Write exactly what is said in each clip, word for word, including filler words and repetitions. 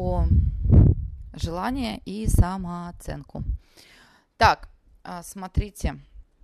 про желание и самооценку. Так, смотрите,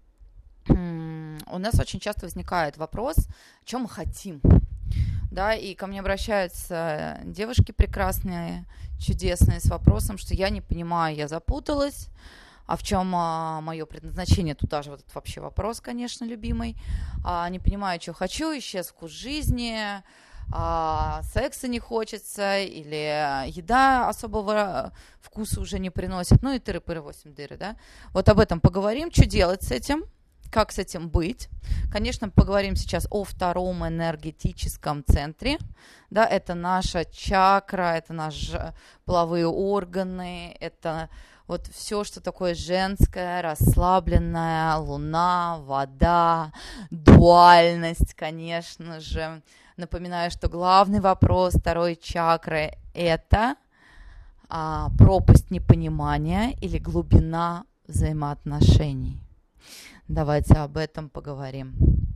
у нас очень часто возникает вопрос, что мы хотим. Да, и ко мне обращаются девушки прекрасные, чудесные, с вопросом, что я не понимаю, я запуталась, а в чем а, мое предназначение, тут даже вот этот вообще вопрос, конечно, любимый, а, не понимаю, что хочу, исчез вкус жизни, а, секса не хочется, или еда особого вкуса уже не приносит, ну и тыры-пыры, восемь дыры, да, вот об этом поговорим, что делать с этим. Как с этим быть? Конечно, поговорим сейчас о втором энергетическом центре. Да, это наша чакра, это наши половые органы, это вот все, что такое женское, расслабленная, луна, вода, дуальность, конечно же. Напоминаю, что главный вопрос второй чакры – это а, пропасть непонимания или глубина взаимоотношений. Давайте об этом поговорим.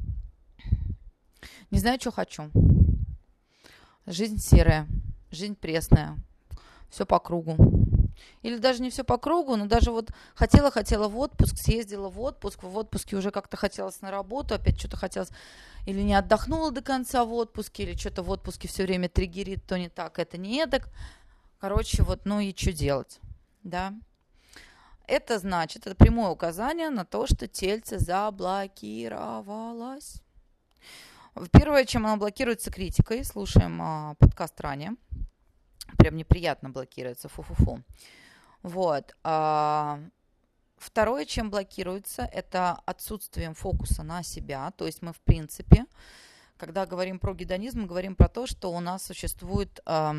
Не знаю, что хочу. Жизнь серая, жизнь пресная, все по кругу. Или даже не все по кругу, но даже вот хотела-хотела в отпуск, съездила в отпуск, в отпуске уже как-то хотелось на работу, опять что-то хотелось, или не отдохнула до конца в отпуске, или что-то в отпуске все время триггерит, то не так, это не эдак. Короче, вот, ну и что делать, да? Это значит, это прямое указание на то, что тельце заблокировалось. Первое, чем оно блокируется, критикой. Слушаем а, подкаст ранее. Прям неприятно блокируется, фу-фу-фу. Вот. А, второе, чем блокируется, это отсутствием фокуса на себя. То есть мы, в принципе, когда говорим про гедонизм, мы говорим про то, что у нас существует а,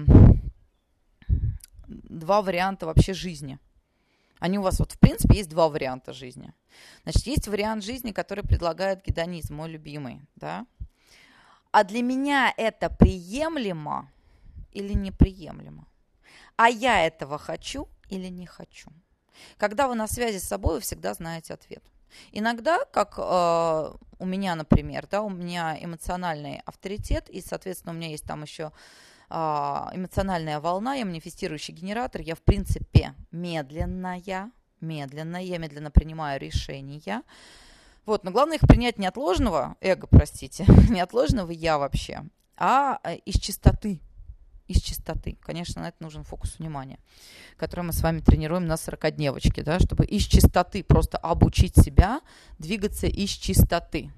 два варианта вообще жизни. Они у вас вот в принципе есть два варианта жизни. Значит, есть вариант жизни, который предлагает гедонизм, мой любимый, да. А для меня это приемлемо или неприемлемо? А я этого хочу или не хочу? Когда вы на связи с собой, вы всегда знаете ответ. Иногда, как э, у меня, например, да, у меня эмоциональный авторитет, и, соответственно, у меня есть там еще эмоциональная волна, я манифестирующий генератор, я в принципе медленная, медленная, я медленно принимаю решения. Вот, но главное их принять не от ложного эго, простите, не от ложного я вообще, а из чистоты, из чистоты. Конечно, на это нужен фокус внимания, который мы с вами тренируем на сорокадневочке, да, чтобы из чистоты просто обучить себя двигаться из чистоты.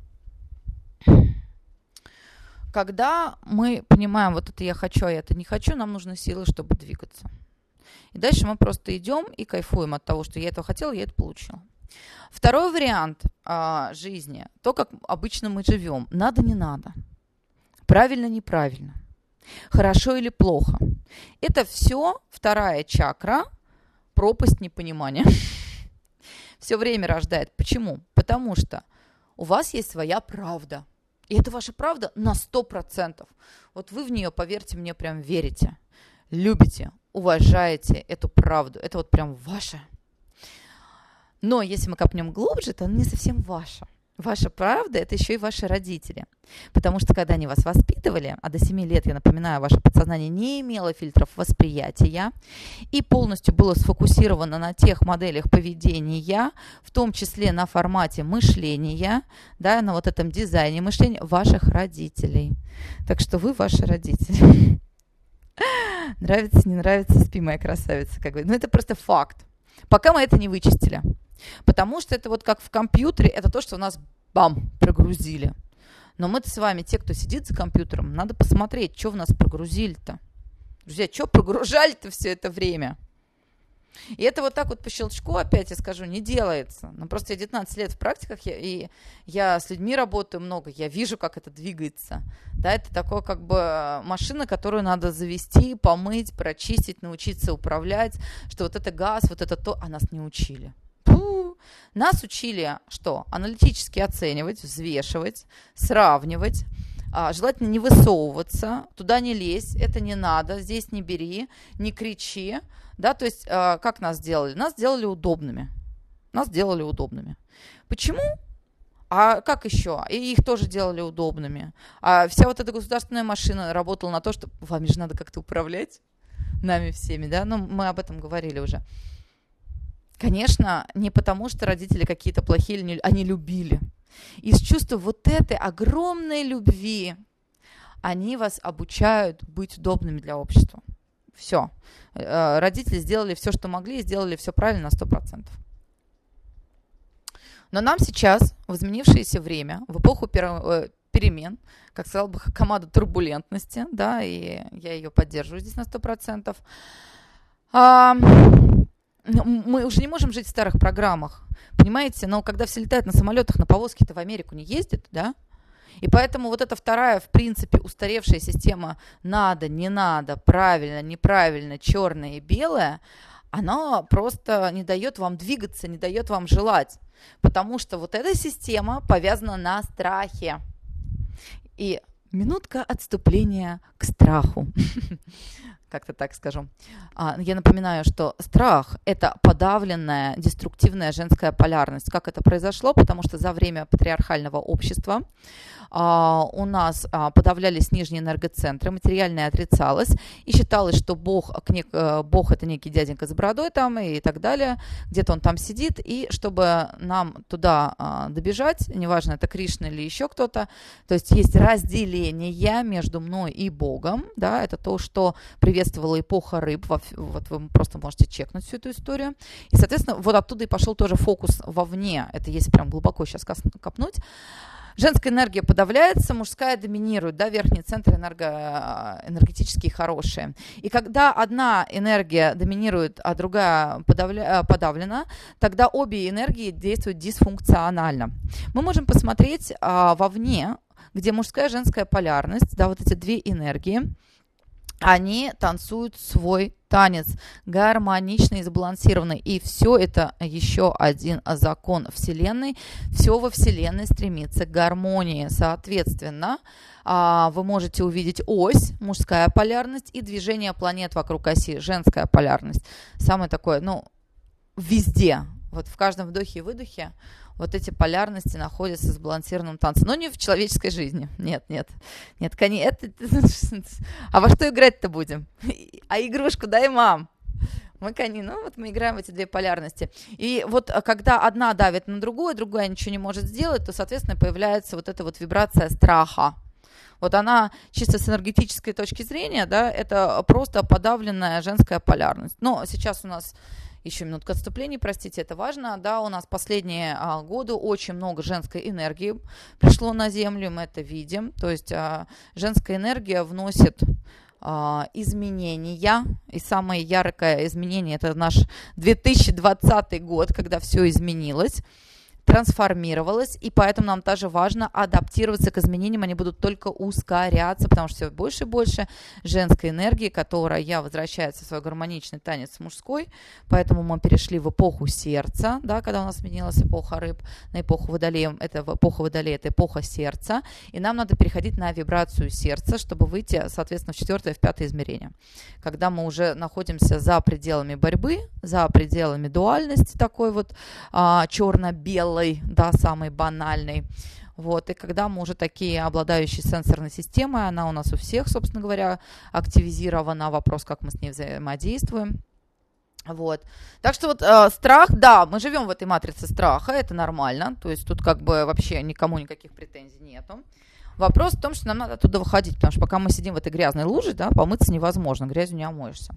Когда мы понимаем, вот это я хочу, а это не хочу, нам нужны силы, чтобы двигаться. И дальше мы просто идем и кайфуем от того, что я этого хотела, я это получила. Второй вариант а, жизни, то, как обычно мы живем. Надо, не надо. Правильно, неправильно. Хорошо или плохо. Это все вторая чакра, пропасть непонимания. Все время рождает. Почему? Потому что у вас есть своя правда. И это ваша правда на сто процентов. Вот вы в нее, поверьте мне, прям верите, любите, уважаете эту правду. Это вот прям ваше. Но если мы копнем глубже, то она не совсем ваша. Ваша правда – это еще и ваши родители. Потому что когда они вас воспитывали, а до семи лет, я напоминаю, ваше подсознание не имело фильтров восприятия и полностью было сфокусировано на тех моделях поведения, в том числе на формате мышления, да, на вот этом дизайне мышления ваших родителей. Так что вы ваши родители. Нравится, не нравится, спи, моя красавица. Как говорит. Но это просто факт. Пока мы это не вычистили. Потому что это вот как в компьютере, это то, что у нас, бам, прогрузили. Но мы-то с вами, те, кто сидит за компьютером, надо посмотреть, что в нас прогрузили-то. Друзья, что прогружали-то все это время? И это вот так вот по щелчку, опять я скажу, не делается. Ну, просто я девятнадцать лет в практиках, я, и я с людьми работаю много, я вижу, как это двигается. Да, это такое как бы машина, которую надо завести, помыть, прочистить, научиться управлять, что вот это газ, вот это то, а нас не учили. Фу. Нас учили что? Аналитически оценивать, взвешивать, сравнивать, а, желательно не высовываться, туда не лезь, это не надо, здесь не бери, не кричи. Да, то есть, э, как нас делали? Нас делали удобными. Нас делали удобными. Почему? А как еще? И их тоже делали удобными. А вся вот эта государственная машина работала на то, что вами же надо как-то управлять. нами всеми, да, ну, мы об этом говорили уже. Конечно, не потому, что родители какие-то плохие, или они любили. Из чувства вот этой огромной любви они вас обучают быть удобными для общества. Все. Родители сделали все, что могли, и сделали все правильно на сто процентов. Но нам сейчас, в изменившееся время, в эпоху перемен, как сказала бы команда турбулентности, да, и я ее поддерживаю здесь на сто процентов, мы уже не можем жить в старых программах, понимаете? Но когда все летают на самолетах, на повозке-то в Америку не ездят, да? И поэтому вот эта вторая, в принципе, устаревшая система надо, не надо, правильно, неправильно, черное и белое, она просто не дает вам двигаться, не дает вам желать. Потому что вот эта система повязана на страхе. И минутка отступления к страху. Как-то так скажу. Я напоминаю, что страх – это подавленная, деструктивная женская полярность. Как это произошло? Потому что за время патриархального общества у нас подавлялись нижние энергоцентры, материальное отрицалось, и считалось, что Бог, Бог – это некий дяденька с бородой там и так далее, где-то он там сидит, и чтобы нам туда добежать, неважно, это Кришна или еще кто-то, то есть есть разделение между мной и Богом, да, это то, что приветствовала эпоха рыб, вот вы просто можете чекнуть всю эту историю, и, соответственно, вот оттуда и пошел тоже фокус вовне, это если прям глубоко сейчас копнуть. Женская энергия подавляется, мужская доминирует, да, верхний центр энерго, энергетические хорошие. И когда одна энергия доминирует, а другая подавля, подавлена, тогда обе энергии действуют дисфункционально. Мы можем посмотреть а, вовне, где мужская и женская полярность, да, вот эти две энергии, они танцуют свой танец, гармоничный и сбалансированный. И все это еще один закон Вселенной. Все во Вселенной стремится к гармонии. Соответственно, вы можете увидеть ось, мужская полярность, и движение планет вокруг оси, женская полярность. Самое такое, ну, везде, вот в каждом вдохе и выдохе вот эти полярности находятся в сбалансированном танце. Но не в человеческой жизни. Нет, нет. Нет, конечно. А во что играть-то будем? А игрушку дай, мам. Мы, ну вот мы играем в эти две полярности. И вот когда одна давит на другую, другая ничего не может сделать, то, соответственно, появляется вот эта вот вибрация страха. Вот она чисто с энергетической точки зрения, да, это просто подавленная женская полярность. Но сейчас у нас еще минутка отступления, простите, это важно. Да, у нас последние а, годы очень много женской энергии пришло на Землю, мы это видим. То есть а, женская энергия вносит а, изменения. И самое яркое изменение – это наш две тысячи двадцатый год, когда все изменилось, трансформировалось, и поэтому нам тоже важно адаптироваться к изменениям, они будут только ускоряться, потому что все больше и больше женской энергии, которая возвращается в свой гармоничный танец мужской, поэтому мы перешли в эпоху сердца, да, когда у нас сменилась эпоха рыб на эпоху водолея, это эпоха водолея, это эпоха сердца, и нам надо переходить на вибрацию сердца, чтобы выйти, соответственно, в четвертое, в пятое измерение, когда мы уже находимся за пределами борьбы, за пределами дуальности такой вот а, черно-белой, да, самый банальный. Вот, и когда мы уже такие обладающие сенсорной системой, она у нас у всех, собственно говоря, активизирована, вопрос, как мы с ней взаимодействуем. Вот. Так что вот э, страх, да, мы живем в этой матрице страха, это нормально, то есть тут как бы вообще никому никаких претензий нету. Вопрос в том, что нам надо оттуда выходить, потому что пока мы сидим в этой грязной луже, да, помыться невозможно, грязью не омоешься.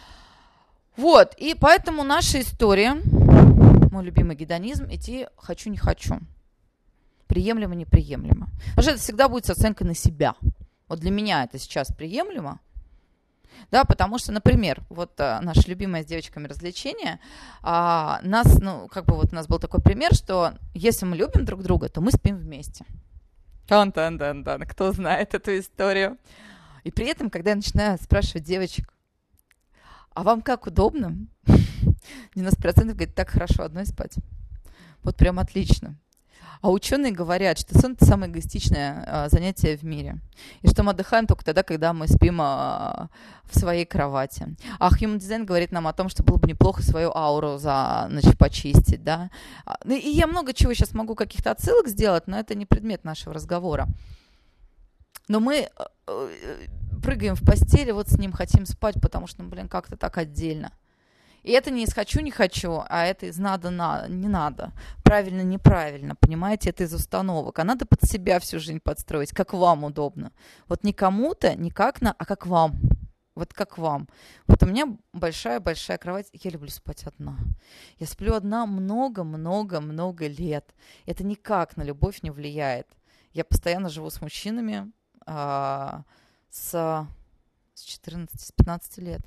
Вот, и поэтому наша история, мой любимый гедонизм, идти хочу, не хочу. Приемлемо, неприемлемо. Потому что это всегда будет с оценкой на себя. Вот для меня это сейчас приемлемо. Да, потому что, например, вот а, наше любимое с девочками развлечение, а, нас, ну, как бы вот у нас был такой пример, что если мы любим друг друга, то мы спим вместе. Тан-тан-тан-тан, кто знает эту историю. И при этом, когда я начинаю спрашивать девочек, а вам как удобно? девяносто процентов говорит, так хорошо одной спать. Вот прям отлично. А ученые говорят, что сон – это самое эгоистичное а, занятие в мире. И что мы отдыхаем только тогда, когда мы спим а, в своей кровати. А Human Design говорит нам о том, что было бы неплохо свою ауру за ночь почистить. Да? И я много чего сейчас могу, каких-то отсылок сделать, но это не предмет нашего разговора. Но мы прыгаем в постели, вот с ним хотим спать, потому что, ну, блин, как-то так отдельно. И это не из «хочу, не хочу», а это из «надо, надо, не надо». Правильно, неправильно, понимаете? Это из установок. А надо под себя всю жизнь подстроить, как вам удобно. Вот не кому-то, не как на, а как вам. Вот как вам. Вот у меня большая-большая кровать. Я люблю спать одна. Я сплю одна много-много-много лет. Это никак на любовь не влияет. Я постоянно живу с мужчинами а, с, с четырнадцати-пятнадцати лет.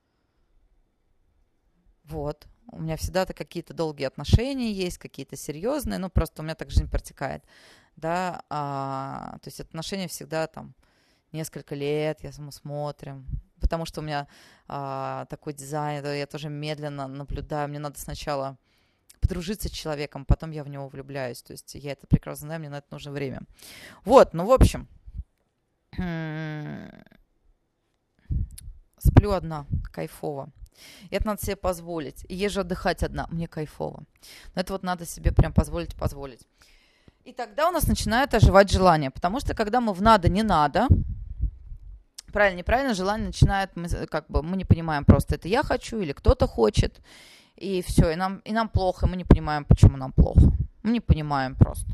Вот. У меня всегда-то какие-то долгие отношения есть, какие-то серьезные. Ну, просто у меня так жизнь протекает. Да, а, то есть отношения всегда там несколько лет, я мы смотрим. Потому что у меня а, такой дизайн, я тоже медленно наблюдаю. Мне надо сначала подружиться с человеком, потом я в него влюбляюсь. То есть я это прекрасно знаю, мне на это нужно время. Вот, ну, в общем, сплю одна, кайфово. И это надо себе позволить. И езжу отдыхать одна, мне кайфово. Но это вот надо себе прям позволить, позволить. И тогда у нас начинает оживать желание. Потому что когда мы в надо, не надо, правильно, неправильно, желание начинает, мы, как бы, мы не понимаем просто, это я хочу или кто-то хочет, и все, и нам, и нам плохо, и мы не понимаем, почему нам плохо. Мы не понимаем просто.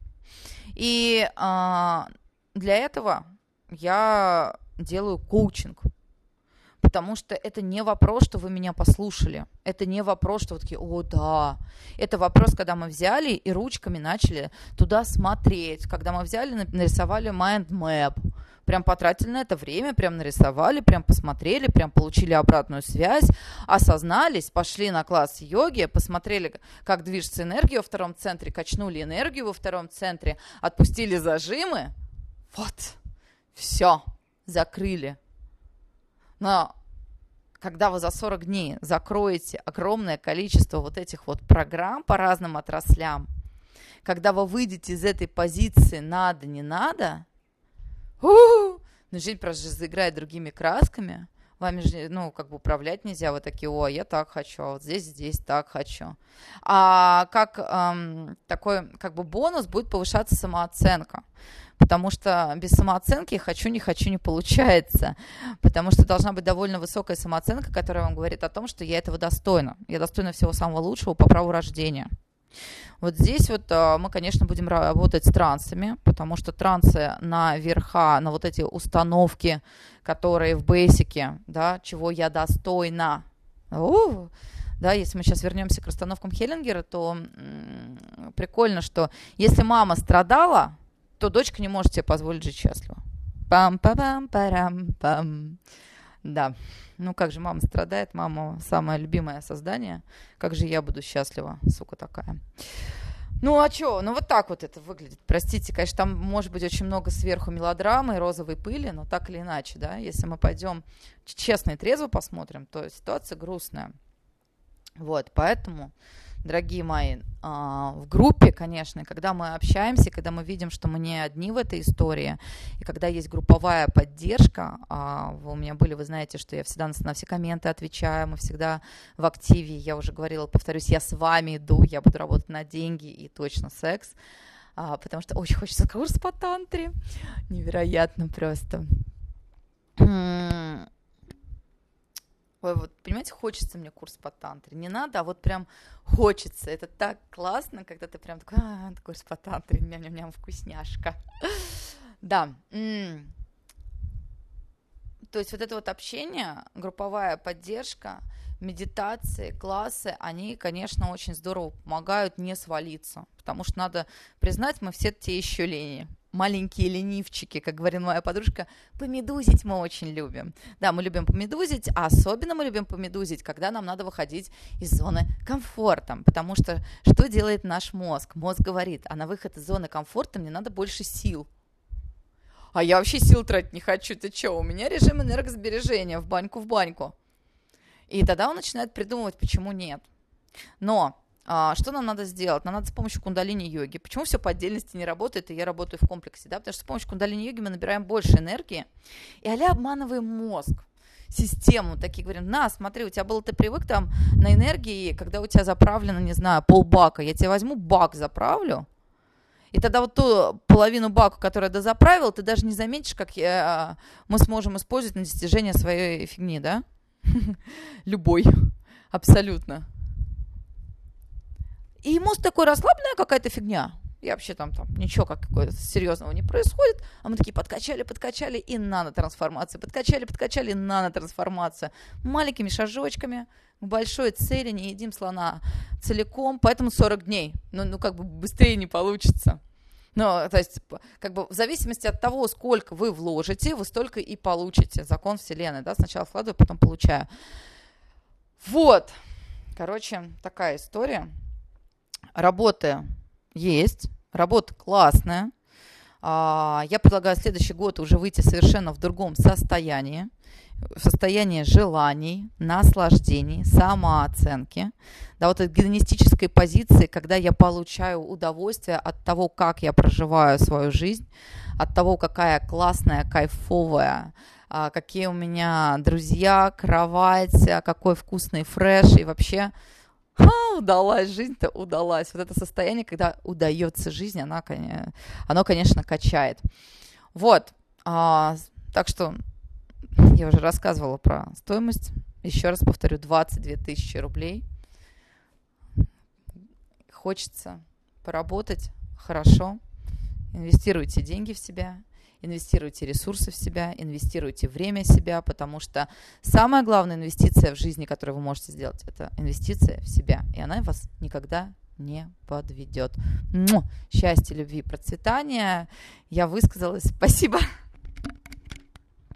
И а, для этого я делаю коучинг, потому что это не вопрос, что вы меня послушали, это не вопрос, что вы такие, о, да, это вопрос, когда мы взяли и ручками начали туда смотреть, когда мы взяли, нарисовали mind map, прям потратили на это время, прям нарисовали, прям посмотрели, прям получили обратную связь, осознались, пошли на класс йоги, посмотрели, как движется энергия во втором центре, качнули энергию во втором центре, отпустили зажимы. Вот, все, закрыли. Но когда вы за сорок дней закроете огромное количество вот этих вот программ по разным отраслям, когда вы выйдете из этой позиции «надо, не надо», У-у-у! Но жизнь просто заиграет другими красками. Вами же, ну, как бы управлять нельзя. Вы такие, о, я так хочу, а вот здесь, здесь так хочу. А как эм, такой, как бы бонус будет повышаться самооценка. Потому что без самооценки хочу, не хочу не получается. Потому что должна быть довольно высокая самооценка, которая вам говорит о том, что я этого достойна. Я достойна всего самого лучшего по праву рождения. Вот здесь вот а, мы, конечно, будем работать с трансами, потому что трансы на верха, на вот эти установки, которые в бейсике, да, чего я достойна. У-у-у. Да, если мы сейчас вернемся к расстановкам Хеллингера, то м- прикольно, что если мама страдала, то дочка не может себе позволить жить счастливо. Пам-па-пам-парам-пам. Да, ну как же мама страдает, мама самое любимое создание, как же я буду счастлива, сука такая. Ну а чё, ну вот так вот это выглядит, простите, конечно, там может быть очень много сверху мелодрамы и розовой пыли, но так или иначе, да, если мы пойдем честно и трезво посмотрим, то ситуация грустная. Вот, поэтому, дорогие мои, в группе, конечно, когда мы общаемся, когда мы видим, что мы не одни в этой истории, и когда есть групповая поддержка, у меня были, вы знаете, что я всегда на все комменты отвечаю, мы всегда в активе, я уже говорила, повторюсь, я с вами иду, я буду работать на деньги и точно секс, потому что очень хочется курс по тантре, невероятно просто. Ой, вот, понимаете, хочется мне курс по тантре. Не надо, а вот прям хочется. Это так классно, когда ты прям такой, а, курс по тантре, ням-ням-ням, вкусняшка. Да. М-м. То есть вот это вот общение, групповая поддержка, медитации, классы, они, конечно, очень здорово помогают не свалиться. Потому что надо признать, мы все те еще лени. Маленькие ленивчики, как говорит моя подружка, помедузить мы очень любим. Да, мы любим помедузить, а особенно мы любим помедузить, когда нам надо выходить из зоны комфорта. Потому что что делает наш мозг? Мозг говорит, а на выход из зоны комфорта мне надо больше сил. А я вообще сил тратить не хочу, ты что? У меня режим энергосбережения, в баньку в баньку. И тогда он начинает придумывать, почему нет. Но А, что нам надо сделать? Нам надо с помощью кундалини-йоги. Почему все по отдельности не работает, и я работаю в комплексе? Да? Потому что с помощью кундалини-йоги мы набираем больше энергии, и а-ля обманываем мозг, систему. Такие говорим, на, смотри, у тебя было, ты привык там на энергии, когда у тебя заправлено, не знаю, полбака. Я тебе возьму бак, заправлю, И тогда вот ту половину бака, которую я дозаправил, ты даже не заметишь, как я, мы сможем использовать на достижение своей фигни, да? Любой. Абсолютно. И мозг такой, расслабленная какая-то фигня. И вообще там, там ничего как какого-то серьезного не происходит. А мы такие подкачали, подкачали и нанотрансформация. Подкачали, подкачали и нанотрансформация. Маленькими шажочками к большой цели, не едим слона целиком. Поэтому сорок дней. Ну, ну как бы быстрее не получится. Ну, то есть, как бы в зависимости от того, сколько вы вложите, вы столько и получите. Закон Вселенной, да, сначала вкладываю, потом получаю. Вот. Короче, такая история. Работа есть, работа классная. Я предлагаю следующий год уже выйти совершенно в другом состоянии. В состоянии желаний, наслаждений, самооценки. Да, вот этой гедонистической позиции, когда я получаю удовольствие от того, как я проживаю свою жизнь, от того, какая классная, кайфовая, какие у меня друзья, кровать, какой вкусный фреш и вообще... Ха, удалась, жизнь-то удалась. Вот это состояние, когда удается жизнь, она, оно, конечно, качает. Вот. А, так что я уже рассказывала про стоимость. Еще раз повторю, двадцать две тысячи рублей. Хочется поработать хорошо. Инвестируйте деньги в себя. Инвестируйте ресурсы в себя, инвестируйте время в себя, потому что самая главная инвестиция в жизни, которую вы можете сделать, это инвестиция в себя, и она вас никогда не подведет. Счастья, любви, процветания. Я высказалась. Спасибо.